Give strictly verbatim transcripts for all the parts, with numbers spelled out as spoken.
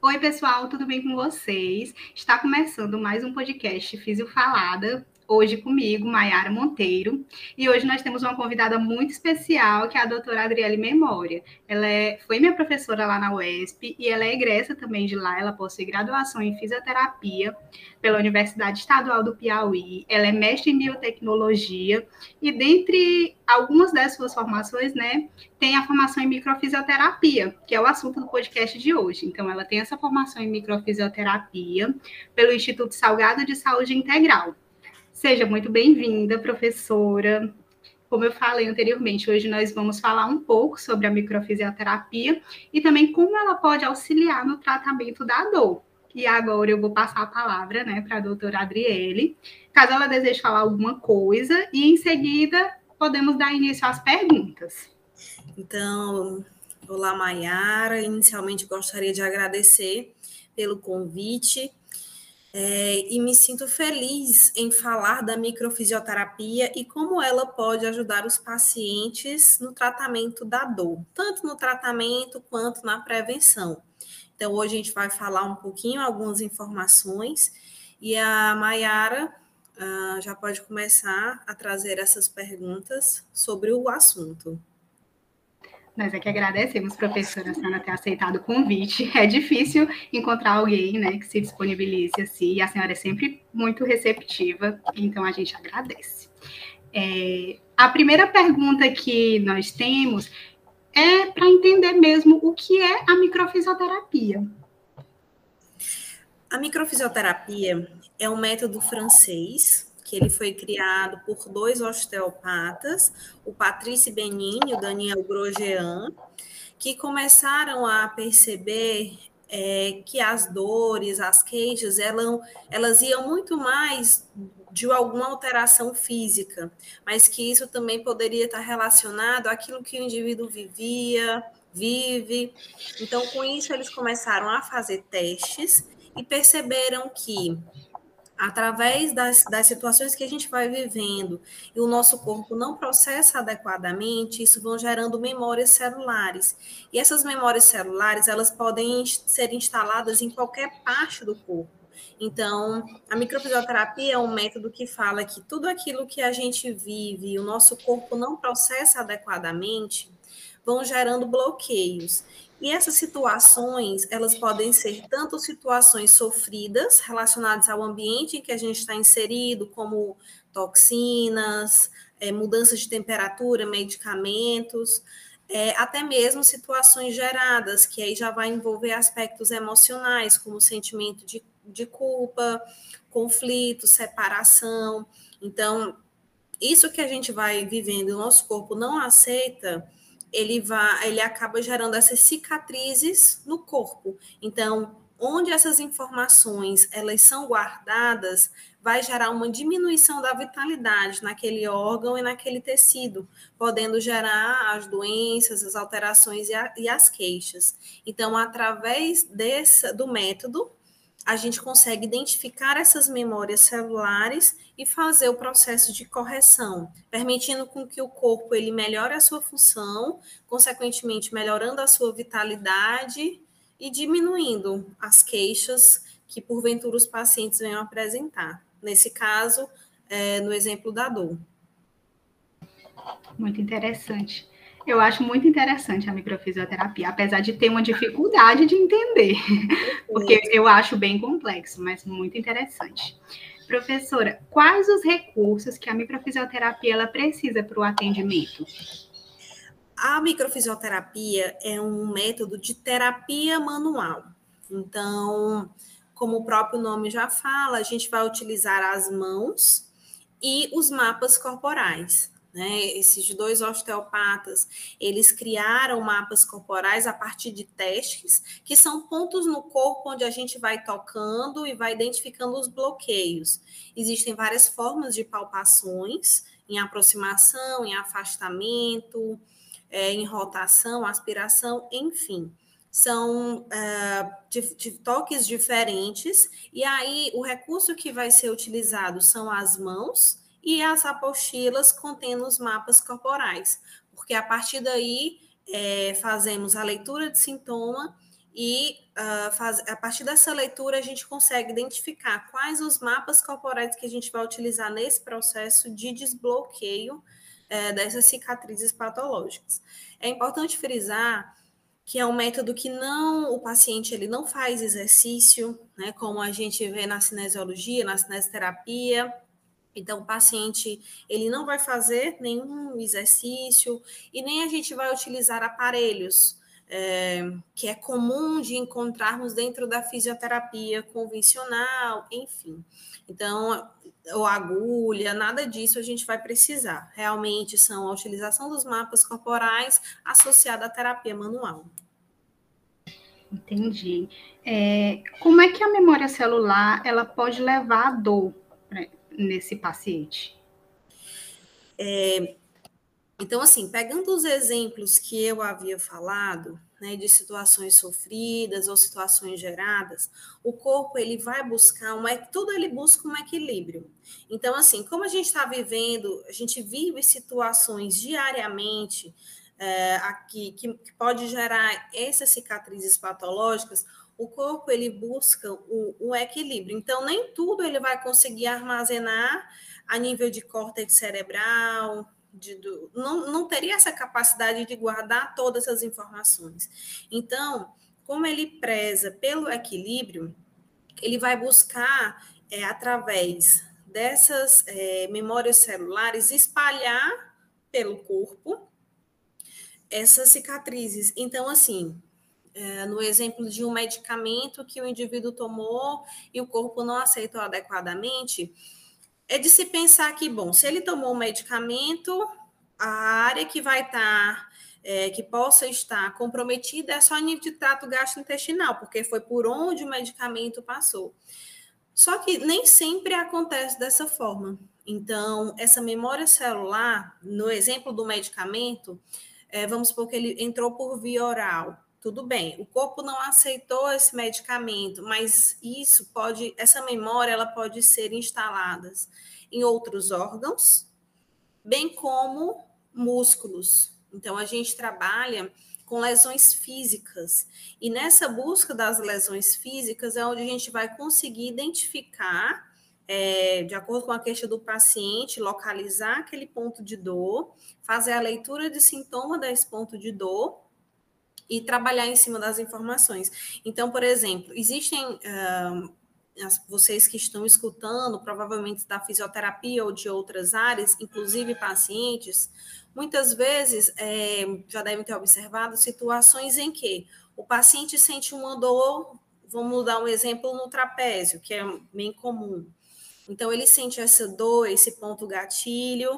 Oi, pessoal, tudo bem com vocês? Está começando mais um podcast Físio Falada, hoje comigo, Maiara Monteiro, e hoje nós temos uma convidada muito especial, que é a doutora Adriele Memória. Ela é, foi minha professora lá na U E S P e ela é egressa também de lá, ela possui graduação em fisioterapia pela Universidade Estadual do Piauí, ela é mestre em biotecnologia e dentre algumas das suas formações, né, tem a formação em microfisioterapia, que é o assunto do podcast de hoje. Então, ela tem essa formação em microfisioterapia pelo Instituto Salgado de Saúde Integral. Seja muito bem-vinda, professora. Como eu falei anteriormente, hoje nós vamos falar um pouco sobre a microfisioterapia e também como ela pode auxiliar no tratamento da dor. E agora eu vou passar a palavra, né, para a doutora Adriele, caso ela deseje falar alguma coisa, e em seguida podemos dar início às perguntas. Então, olá, Maiara. Inicialmente gostaria de agradecer pelo convite é, e me sinto feliz em falar da microfisioterapia e como ela pode ajudar os pacientes no tratamento da dor, tanto no tratamento quanto na prevenção. Então, hoje a gente vai falar um pouquinho, algumas informações, e a Maiara uh, já pode começar a trazer essas perguntas sobre o assunto. Nós é que agradecemos, professora, a senhora ter aceitado o convite. É difícil encontrar alguém, né, que se disponibilize assim, e a senhora é sempre muito receptiva, então a gente agradece. É, a primeira pergunta que nós temos é para entender mesmo o que é a microfisioterapia. A microfisioterapia é um método francês que ele foi criado por dois osteopatas, o Patrice Benin e o Daniel Grosjean, que começaram a perceber é, que as dores, as queixas, elas, elas iam muito mais de alguma alteração física, mas que isso também poderia estar relacionado àquilo que o indivíduo vivia, vive. Então, com isso, eles começaram a fazer testes e perceberam que, através das, das situações que a gente vai vivendo e o nosso corpo não processa adequadamente, isso vão gerando memórias celulares. E essas memórias celulares, elas podem ser instaladas em qualquer parte do corpo. Então, a microfisioterapia é um método que fala que tudo aquilo que a gente vive e o nosso corpo não processa adequadamente vão gerando bloqueios. E essas situações, elas podem ser tanto situações sofridas, relacionadas ao ambiente em que a gente está inserido, como toxinas, é, mudanças de temperatura, medicamentos, é, até mesmo situações geradas, que aí já vai envolver aspectos emocionais, como sentimento de, de culpa, conflito, separação. Então, isso que a gente vai vivendo, o nosso corpo não aceita, ele, vai, ele acaba gerando essas cicatrizes no corpo. Então, onde essas informações elas são guardadas, vai gerar uma diminuição da vitalidade naquele órgão e naquele tecido, podendo gerar as doenças, as alterações e, a, e as queixas. Então, através desse, do método, a gente consegue identificar essas memórias celulares e fazer o processo de correção, permitindo com que o corpo ele melhore a sua função, consequentemente melhorando a sua vitalidade e diminuindo as queixas que porventura os pacientes venham apresentar. Nesse caso, é, no exemplo da dor. Muito interessante. Eu acho muito interessante a microfisioterapia, apesar de ter uma dificuldade de entender, porque eu acho bem complexo, mas muito interessante. Professora, quais os recursos que a microfisioterapia ela precisa para o atendimento? A microfisioterapia é um método de terapia manual. Então, como o próprio nome já fala, a gente vai utilizar as mãos e os mapas corporais. Né? Esses dois osteopatas, eles criaram mapas corporais a partir de testes, que são pontos no corpo onde a gente vai tocando e vai identificando os bloqueios. Existem várias formas de palpações, em aproximação, em afastamento, é, em rotação, aspiração, enfim. São uh, de, de toques diferentes, e aí o recurso que vai ser utilizado são as mãos e as apostilas contendo os mapas corporais, porque a partir daí é, fazemos a leitura de sintoma e uh, faz, a partir dessa leitura a gente consegue identificar quais os mapas corporais que a gente vai utilizar nesse processo de desbloqueio uh, dessas cicatrizes patológicas. É importante frisar que é um método que não, o paciente ele não faz exercício, né, como a gente vê na cinesiologia, na cinesioterapia. Então, o paciente ele não vai fazer nenhum exercício e nem a gente vai utilizar aparelhos, é, que é comum de encontrarmos dentro da fisioterapia convencional, enfim. Então, ou agulha, nada disso a gente vai precisar. Realmente são a utilização dos mapas corporais associada à terapia manual. Entendi. É, como é que a memória celular ela pode levar à dor, né, nesse paciente? É, então, assim, pegando os exemplos que eu havia falado, né, de situações sofridas ou situações geradas, o corpo ele vai buscar um, tudo ele busca um equilíbrio. Então, assim, como a gente está vivendo, a gente vive situações diariamente é, aqui que, que pode gerar essas cicatrizes patológicas, o corpo ele busca o, o equilíbrio. Então, nem tudo ele vai conseguir armazenar a nível de córtex cerebral. De, do, não, não teria essa capacidade de guardar todas as informações. Então, como ele preza pelo equilíbrio, ele vai buscar, é, através dessas é, memórias celulares, espalhar pelo corpo essas cicatrizes. Então, assim, é, no exemplo de um medicamento que o indivíduo tomou e o corpo não aceitou adequadamente, é de se pensar que, bom, se ele tomou um medicamento, a área que vai estar, é, que possa estar comprometida é só a nível de trato gastrointestinal, porque foi por onde o medicamento passou. Só que nem sempre acontece dessa forma. Então, essa memória celular, no exemplo do medicamento, é, vamos supor que ele entrou por via oral. Tudo bem, o corpo não aceitou esse medicamento, mas isso pode, essa memória, ela pode ser instalada em outros órgãos, bem como músculos. Então, a gente trabalha com lesões físicas, e nessa busca das lesões físicas é onde a gente vai conseguir identificar, é, de acordo com a queixa do paciente, localizar aquele ponto de dor, fazer a leitura de sintoma desse ponto de dor, e trabalhar em cima das informações. Então, por exemplo, existem, uh, vocês que estão escutando, provavelmente da fisioterapia ou de outras áreas, inclusive pacientes, muitas vezes é, já devem ter observado situações em que o paciente sente uma dor, vamos dar um exemplo no trapézio, que é bem comum. Então, ele sente essa dor, esse ponto gatilho,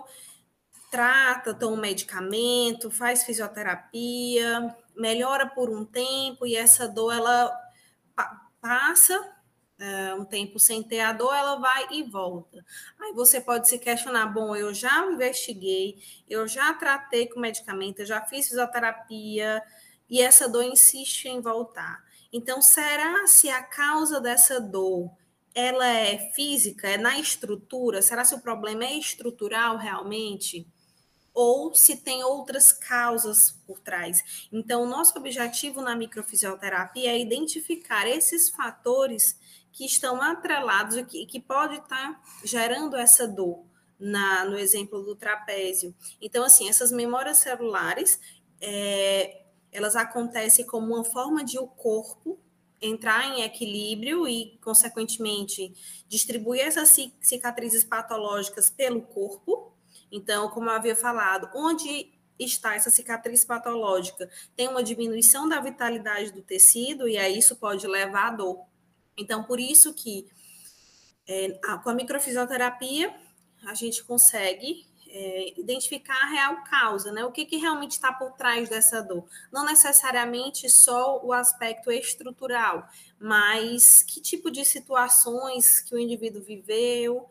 trata, toma um medicamento, faz fisioterapia, melhora por um tempo e essa dor, ela pa- passa é, um tempo sem ter a dor, ela vai e volta. Aí você pode se questionar, bom, eu já investiguei, eu já tratei com medicamento, eu já fiz fisioterapia e essa dor insiste em voltar. Então, será se a causa dessa dor ela é física, é na estrutura? Será se o problema é estrutural realmente? Ou se tem outras causas por trás. Então, o nosso objetivo na microfisioterapia é identificar esses fatores que estão atrelados e que, que pode estar gerando essa dor, na, no exemplo do trapézio. Então, assim, essas memórias celulares, é, elas acontecem como uma forma de o corpo entrar em equilíbrio e, consequentemente, distribuir essas cicatrizes patológicas pelo corpo. Então, como eu havia falado, onde está essa cicatriz patológica? Tem uma diminuição da vitalidade do tecido e aí isso pode levar à dor. Então, por isso que é, a, com a microfisioterapia a gente consegue é, identificar a real causa, né? O que, que realmente está por trás dessa dor. Não necessariamente só o aspecto estrutural, mas que tipo de situações que o indivíduo viveu,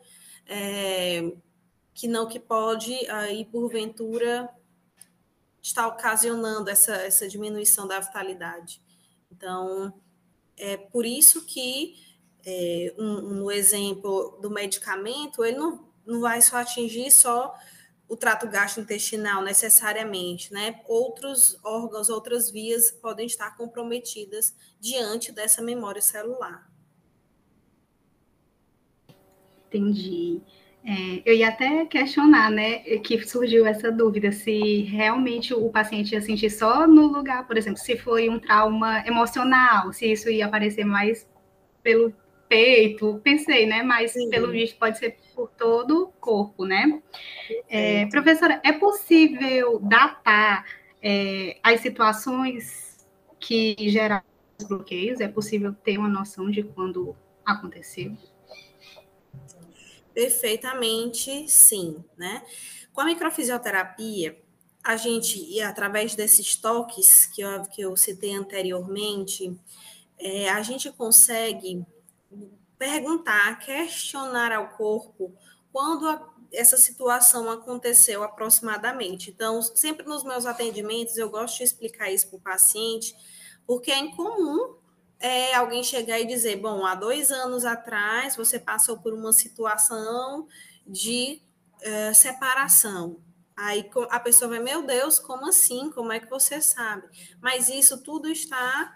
é, que não que pode, aí, porventura, estar ocasionando essa, essa diminuição da vitalidade. Então, é por isso que, é, um, um exemplo do medicamento, ele não, não vai só atingir só o trato gastrointestinal necessariamente, né? Outros órgãos, outras vias podem estar comprometidas diante dessa memória celular. Entendi. É, eu ia até questionar, né, que surgiu essa dúvida, se realmente o paciente ia sentir só no lugar, por exemplo, se foi um trauma emocional, se isso ia aparecer mais pelo peito, pensei, né, mas Sim. pelo visto pode ser por todo o corpo, né? É, professora, é possível datar é, as situações que geraram os bloqueios? É possível ter uma noção de quando aconteceu? Perfeitamente, sim, né? Com a microfisioterapia, a gente, e através desses toques que eu, que eu citei anteriormente, é, a gente consegue perguntar, questionar ao corpo quando a, essa situação aconteceu aproximadamente. Então, sempre nos meus atendimentos, eu gosto de explicar isso para o paciente, porque é incomum é alguém chegar e dizer, bom, há dois anos atrás você passou por uma situação de é, separação. Aí a pessoa vai, meu Deus, como assim? Como é que você sabe? Mas isso tudo está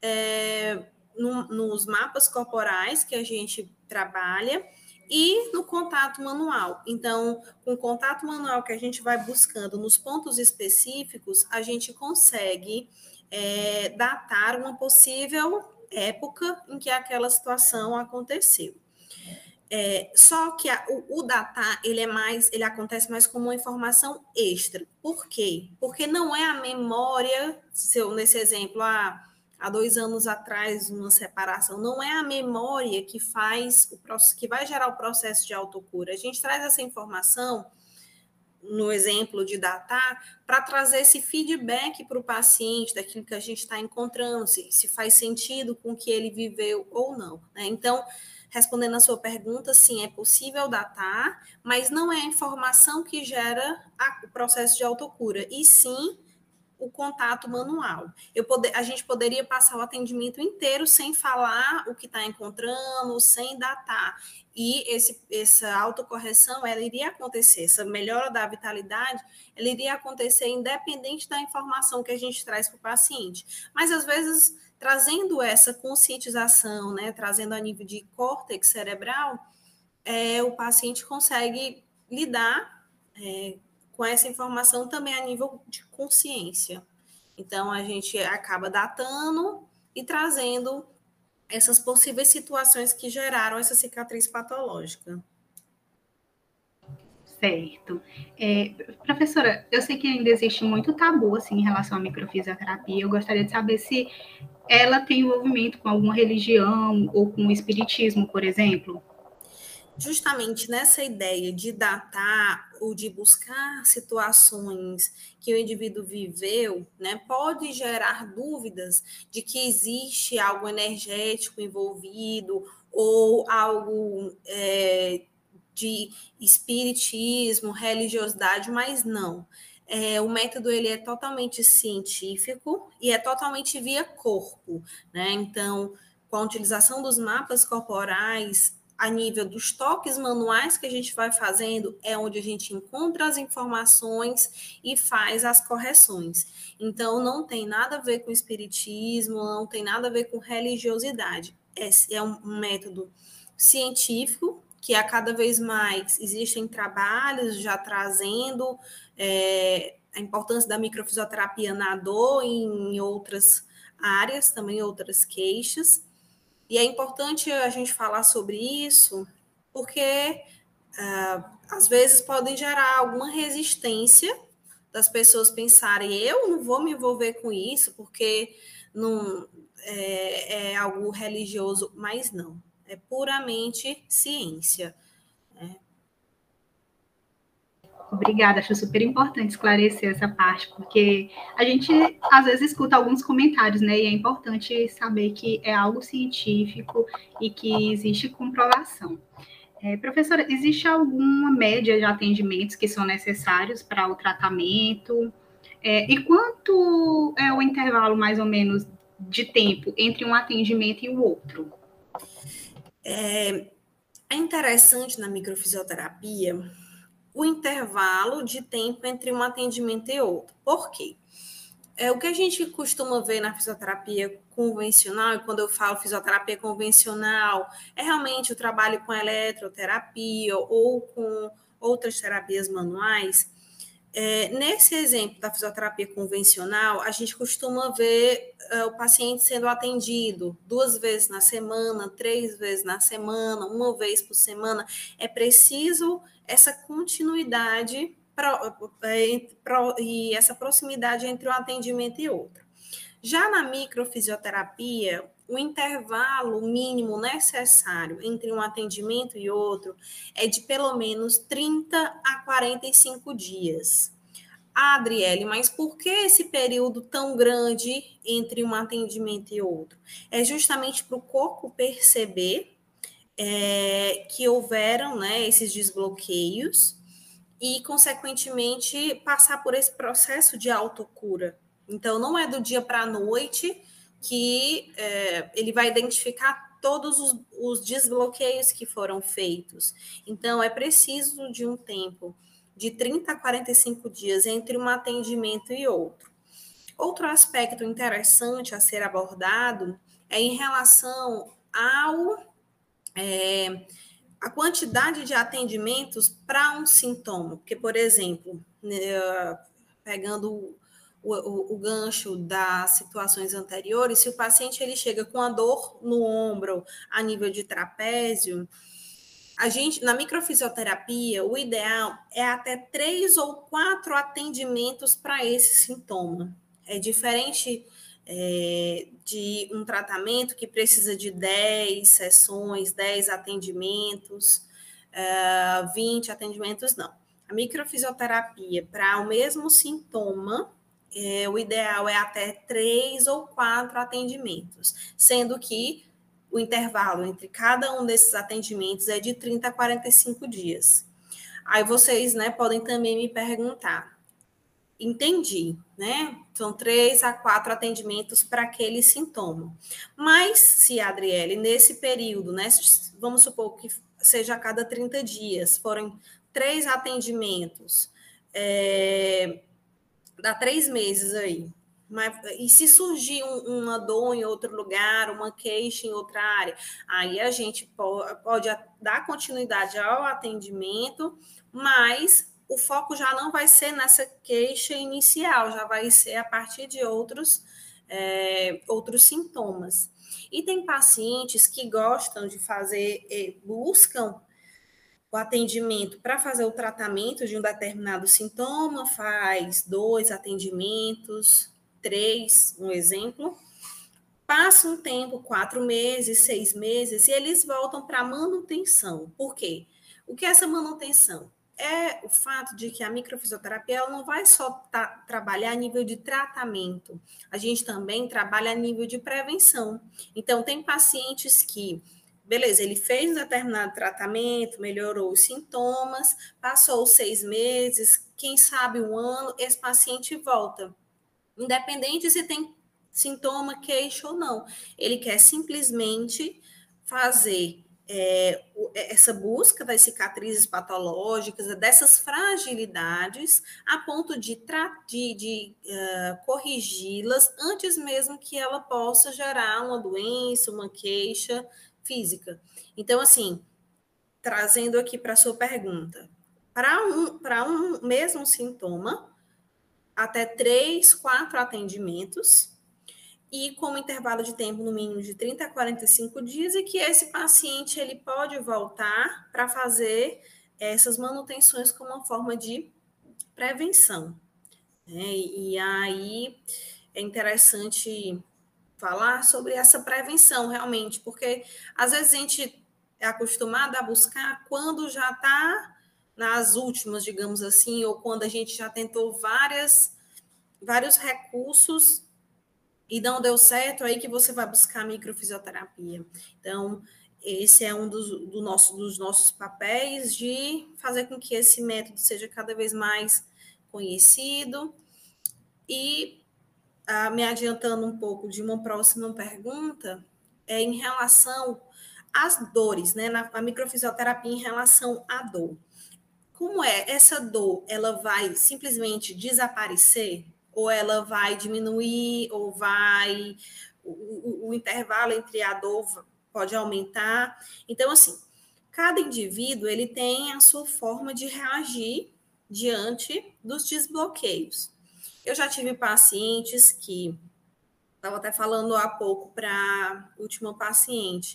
é, no, nos mapas corporais que a gente trabalha e no contato manual. Então, com o contato manual que a gente vai buscando nos pontos específicos, a gente consegue é, datar uma possível época em que aquela situação aconteceu. É, só que a, o, o datar, ele é mais, ele acontece mais como uma informação extra. Por quê? Porque não é a memória, se eu, nesse exemplo, ah, há dois anos atrás, uma separação, não é a memória que faz, o, que vai gerar o processo de autocura. A gente traz essa informação no exemplo de datar, para trazer esse feedback para o paciente daquilo que a gente está encontrando, se, se faz sentido com o que ele viveu ou não. Né? Então, respondendo a sua pergunta, sim, é possível datar, mas não é a informação que gera a, o processo de autocura, e sim o contato manual. Eu poder, a gente poderia passar o atendimento inteiro sem falar o que está encontrando, sem datar. E esse, essa autocorreção, ela iria acontecer, essa melhora da vitalidade, ela iria acontecer independente da informação que a gente traz para o paciente. Mas, às vezes, trazendo essa conscientização, né, trazendo a nível de córtex cerebral, é, o paciente consegue lidar é, com essa informação também a nível de consciência. Então, a gente acaba datando e trazendo essas possíveis situações que geraram essa cicatriz patológica. Certo. É, professora, eu sei que ainda existe muito tabu assim, em relação à microfisioterapia. Eu gostaria de saber se ela tem envolvimento com alguma religião ou com o espiritismo, por exemplo. Justamente nessa ideia de datar ou de buscar situações que o indivíduo viveu, né, pode gerar dúvidas de que existe algo energético envolvido ou algo é, de espiritismo, religiosidade, mas não. É, o método ele é totalmente científico e é totalmente via corpo, né? Então, com a utilização dos mapas corporais, a nível dos toques manuais que a gente vai fazendo, é onde a gente encontra as informações e faz as correções. Então, não tem nada a ver com espiritismo, não tem nada a ver com religiosidade. É, é um, um método científico, que a cada vez mais existem trabalhos já trazendo é, a importância da microfisioterapia na dor e em outras áreas, também outras queixas. E é importante a gente falar sobre isso, porque ah, às vezes podem gerar alguma resistência das pessoas pensarem, eu não vou me envolver com isso, porque não é, é algo religioso, mas não, é puramente ciência. Né? Obrigada, acho super importante esclarecer essa parte, porque a gente às vezes escuta alguns comentários, né? E é importante saber que é algo científico e que existe comprovação. É, professora, existe alguma média de atendimentos que são necessários para o tratamento? É, e quanto é o intervalo, mais ou menos, de tempo entre um atendimento e o outro? É, é interessante na microfisioterapia o intervalo de tempo entre um atendimento e outro. Por quê? É, o que a gente costuma ver na fisioterapia convencional, e quando eu falo fisioterapia convencional, é realmente o trabalho com eletroterapia ou com outras terapias manuais. É, nesse exemplo da fisioterapia convencional, a gente costuma ver uh, o paciente sendo atendido duas vezes na semana, três vezes na semana, uma vez por semana. É preciso essa continuidade pro, pro, e essa proximidade entre um atendimento e outro. Já na microfisioterapia, o intervalo mínimo necessário entre um atendimento e outro é de pelo menos trinta a quarenta e cinco dias. Ah, Adriele, mas por que esse período tão grande entre um atendimento e outro? É justamente para o corpo perceber é, que houveram, né, esses desbloqueios e, consequentemente, passar por esse processo de autocura. Então, não é do dia para a noite que é, ele vai identificar todos os, os desbloqueios que foram feitos. Então, é preciso de um tempo de trinta a quarenta e cinco dias entre um atendimento e outro. Outro aspecto interessante a ser abordado é em relação ao... É, a quantidade de atendimentos para um sintoma. Porque, por exemplo, né, pegando o, o, o gancho das situações anteriores, se o paciente ele chega com a dor no ombro a nível de trapézio, a gente, na microfisioterapia, o ideal é até três ou quatro atendimentos para esse sintoma. É diferente é, de um tratamento que precisa de dez sessões, dez atendimentos, é, vinte atendimentos, não. A microfisioterapia, para o mesmo sintoma, é, o ideal é até três ou quatro atendimentos, sendo que o intervalo entre cada um desses atendimentos é de trinta a quarenta e cinco dias. Aí vocês, né, podem também me perguntar, entendi, né? São três a quatro atendimentos para aquele sintoma. Mas, se, Adriele, nesse período, né, vamos supor que seja a cada trinta dias, forem três atendimentos, é, dá três meses aí. Mas, e se surgir um, uma dor em outro lugar, uma queixa em outra área, aí a gente pode, pode dar continuidade ao atendimento, mas o foco já não vai ser nessa queixa inicial, já vai ser a partir de outros, é, outros sintomas. E tem pacientes que gostam de fazer, é, buscam o atendimento para fazer o tratamento de um determinado sintoma, faz dois atendimentos, três, um exemplo, passa um tempo, quatro meses, seis meses, e eles voltam para a manutenção. Por quê? O que é essa manutenção? É o fato de que a microfisioterapia ela não vai só tá, trabalhar a nível de tratamento, a gente também trabalha a nível de prevenção. Então, tem pacientes que, beleza, ele fez um determinado tratamento, melhorou os sintomas, passou seis meses, quem sabe um ano, esse paciente volta. Independente se tem sintoma, queixa ou não. Ele quer simplesmente fazer é, essa busca das cicatrizes patológicas, dessas fragilidades, a ponto de, de, de uh, corrigi-las antes mesmo que ela possa gerar uma doença, uma queixa física. Então, assim, trazendo aqui para a sua pergunta, para um, para um mesmo sintoma, até três, quatro atendimentos, e com um intervalo de tempo no mínimo de trinta a quarenta e cinco dias, e que esse paciente ele pode voltar para fazer essas manutenções como uma forma de prevenção. Né? E aí é interessante falar sobre essa prevenção realmente, porque às vezes a gente é acostumado a buscar quando já está nas últimas, digamos assim, ou quando a gente já tentou várias, vários recursos e não deu certo, aí que você vai buscar microfisioterapia. Então, esse é um dos, do nosso, dos nossos papéis de fazer com que esse método seja cada vez mais conhecido. E, ah, me adiantando um pouco de uma próxima pergunta, é em relação às dores, né? Na a microfisioterapia em relação à dor. como é? Essa dor, ela vai simplesmente desaparecer? Ou ela vai diminuir? Ou vai... O, o, o intervalo entre a dor pode aumentar? Então, assim, cada indivíduo, ele tem a sua forma de reagir diante dos desbloqueios. Eu já tive pacientes que... Estava até falando há pouco para a última paciente,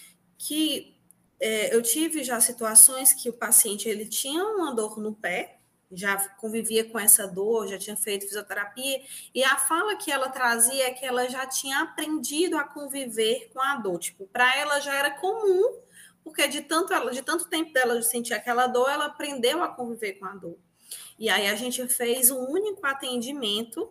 que é, eu tive já situações que o paciente ele tinha uma dor no pé, já convivia com essa dor, já tinha feito fisioterapia, e a fala que ela trazia é que ela já tinha aprendido a conviver com a dor. Tipo, para ela já era comum, porque de tanto, ela, de tanto tempo dela sentir aquela dor, ela aprendeu a conviver com a dor. E aí a gente fez um único atendimento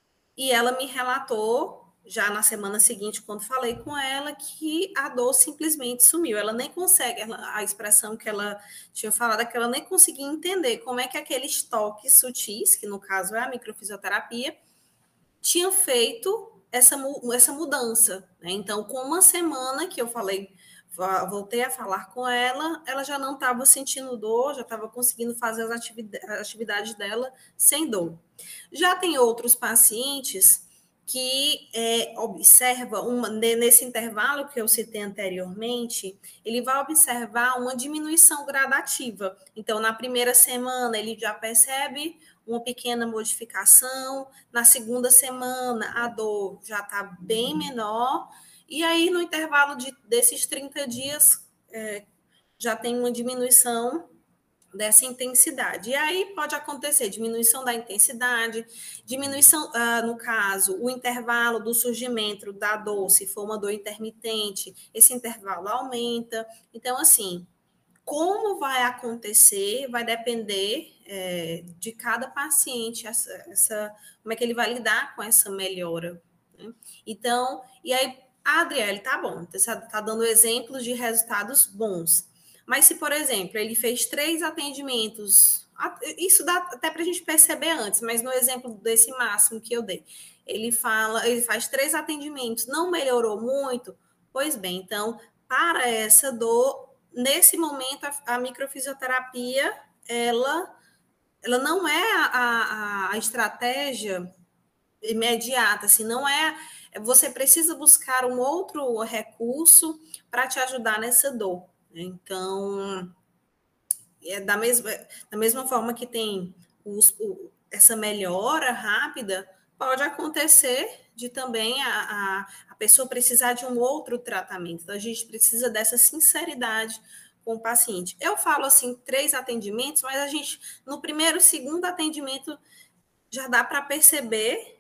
e ela me relatou, já na semana seguinte, quando falei com ela, que a dor simplesmente sumiu. Ela nem consegue, ela, a expressão que ela tinha falado é que ela nem conseguia entender como é que aqueles toques sutis, que no caso é a microfisioterapia, tinha feito essa, essa mudança. Né? Então, com uma semana que eu falei, voltei a falar com ela, ela já não estava sentindo dor, já estava conseguindo fazer as atividades dela sem dor. Já tem outros pacientes que é, observa, uma, nesse intervalo que eu citei anteriormente, ele vai observar uma diminuição gradativa. Então, na primeira semana, ele já percebe uma pequena modificação, na segunda semana, a dor já está bem menor, e aí, no intervalo de, desses trinta dias, é, já tem uma diminuição dessa intensidade. E aí pode acontecer diminuição da intensidade, diminuição, uh, no caso, o intervalo do surgimento da dor, se for uma dor intermitente, esse intervalo aumenta. Então, assim, como vai acontecer vai depender é, de cada paciente, essa, essa, como é que ele vai lidar com essa melhora. Né? Então, e aí, a Adriele, tá bom, você está dando exemplos de resultados bons. Mas se, por exemplo, ele fez três atendimentos, isso dá até para a gente perceber antes, mas no exemplo desse máximo que eu dei, ele fala, ele faz três atendimentos, não melhorou muito, pois bem, então, para essa dor, nesse momento, a, a microfisioterapia, ela, ela não é a, a, a estratégia imediata, assim, não é, você precisa buscar um outro recurso para te ajudar nessa dor. Então, é da mesma, da mesma forma que tem os, o, essa melhora rápida, pode acontecer de também a, a, a pessoa precisar de um outro tratamento. Então, a gente precisa dessa sinceridade com o paciente. Eu falo assim, três atendimentos, mas a gente, no primeiro, segundo atendimento, já dá para perceber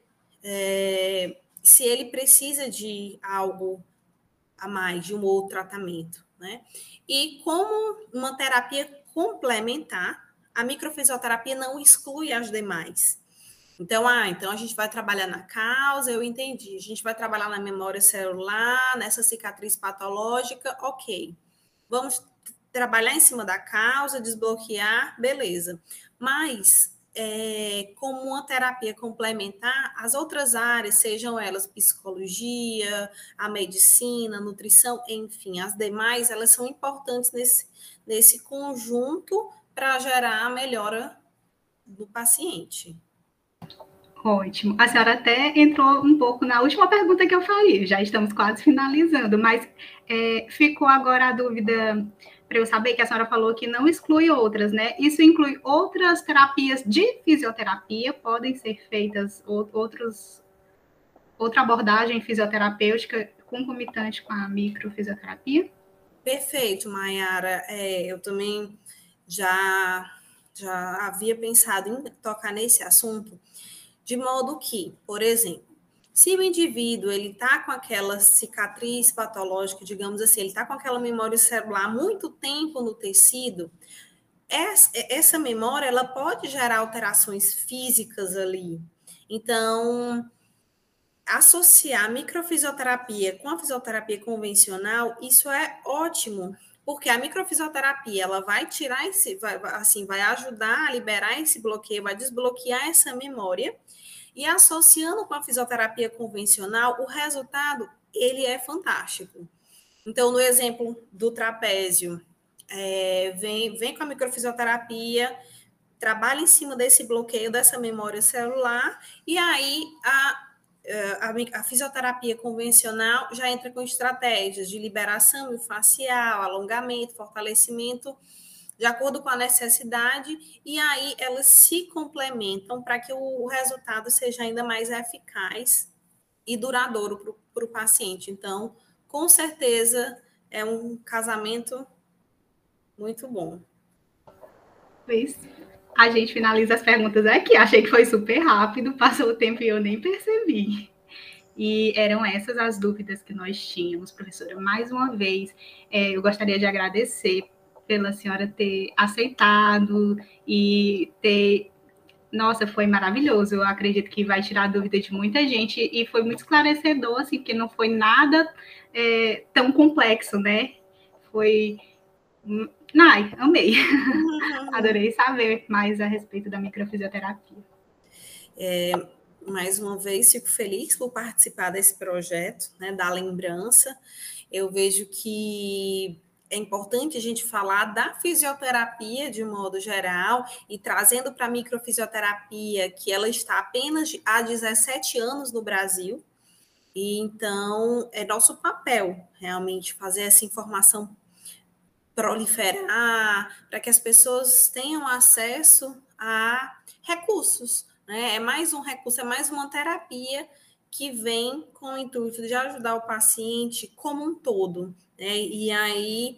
é, se ele precisa de algo a mais, de um outro tratamento. Né? E como uma terapia complementar, a microfisioterapia não exclui as demais. Então, ah, então a gente vai trabalhar na causa, eu entendi. A gente vai trabalhar na memória celular, nessa cicatriz patológica, ok. Vamos trabalhar em cima da causa, desbloquear, beleza. Mas, é, como uma terapia complementar, as outras áreas, sejam elas psicologia, a medicina, a nutrição, enfim, as demais, elas são importantes nesse, nesse conjunto para gerar a melhora do paciente. Ótimo. A senhora até entrou um pouco na última pergunta que eu falei, já estamos quase finalizando, mas é, ficou agora a dúvida para eu saber que a senhora falou que não exclui outras, né? Isso inclui outras terapias de fisioterapia, podem ser feitas outros, outra abordagem fisioterapêutica concomitante com a microfisioterapia? Perfeito, Mayara. É, eu também já, já havia pensado em tocar nesse assunto, de modo que, por exemplo, se o indivíduo ele está com aquela cicatriz patológica, digamos assim, ele está com aquela memória celular há muito tempo no tecido, essa memória ela pode gerar alterações físicas ali. Então, associar a microfisioterapia com a fisioterapia convencional, isso é ótimo, porque a microfisioterapia ela vai tirar esse, vai, assim, vai ajudar a liberar esse bloqueio, vai desbloquear essa memória. E associando com a fisioterapia convencional, o resultado, ele é fantástico. Então, no exemplo do trapézio, é, vem, vem com a microfisioterapia, trabalha em cima desse bloqueio dessa memória celular, e aí a, a, a fisioterapia convencional já entra com estratégias de liberação facial, alongamento, fortalecimento, de acordo com a necessidade, e aí elas se complementam para que o resultado seja ainda mais eficaz e duradouro para o paciente. Então, com certeza, é um casamento muito bom. Pois a gente finaliza as perguntas aqui. Achei que foi super rápido, passou o tempo e eu nem percebi. E eram essas as dúvidas que nós tínhamos, professora. Mais uma vez, é, eu gostaria de agradecer pela senhora ter aceitado e ter... Nossa, foi maravilhoso. Eu acredito que vai tirar a dúvida de muita gente e foi muito esclarecedor, assim, porque não foi nada é, tão complexo, né? Foi... Ai, amei. Uhum. Adorei saber mais a respeito da microfisioterapia. É, mais uma vez, fico feliz por participar desse projeto, né, da lembrança. Eu vejo que é importante a gente falar da fisioterapia de modo geral e trazendo para a microfisioterapia que ela está apenas há dezessete anos no Brasil. E então é nosso papel realmente fazer essa informação proliferar, para que as pessoas tenham acesso a recursos. Né? É mais um recurso, é mais uma terapia que vem com o intuito de ajudar o paciente como um todo. Né? E aí,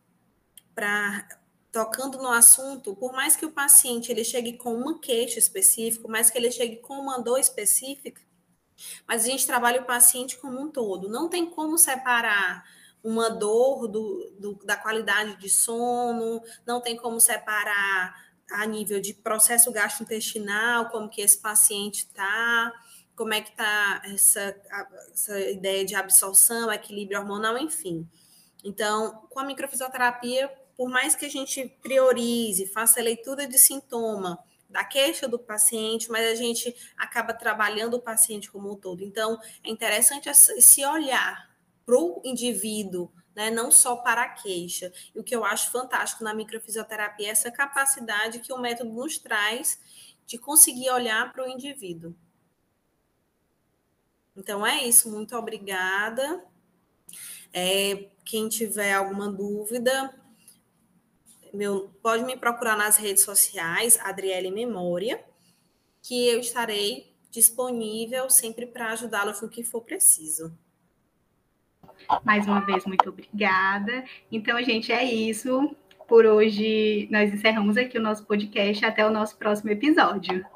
para tocando no assunto, por mais que o paciente ele chegue com uma queixa específica, por mais que ele chegue com uma dor específica, mas a gente trabalha o paciente como um todo. Não tem como separar uma dor do, do, da qualidade de sono, não tem como separar a nível de processo gastrointestinal, como que esse paciente está, como é que está essa, essa ideia de absorção, equilíbrio hormonal, enfim. Então, com a microfisioterapia, por mais que a gente priorize, faça leitura de sintoma, da queixa do paciente, mas a gente acaba trabalhando o paciente como um todo. Então, é interessante esse olhar para o indivíduo, né, não só para a queixa. E o que eu acho fantástico na microfisioterapia é essa capacidade que o método nos traz de conseguir olhar para o indivíduo. Então, é isso. Muito obrigada. É, quem tiver alguma dúvida, meu, pode me procurar nas redes sociais, Adriele Memória, que eu estarei disponível sempre para ajudá-los no que for preciso. Mais uma vez, muito obrigada. Então, gente, é isso. Por hoje, nós encerramos aqui o nosso podcast. Até o nosso próximo episódio.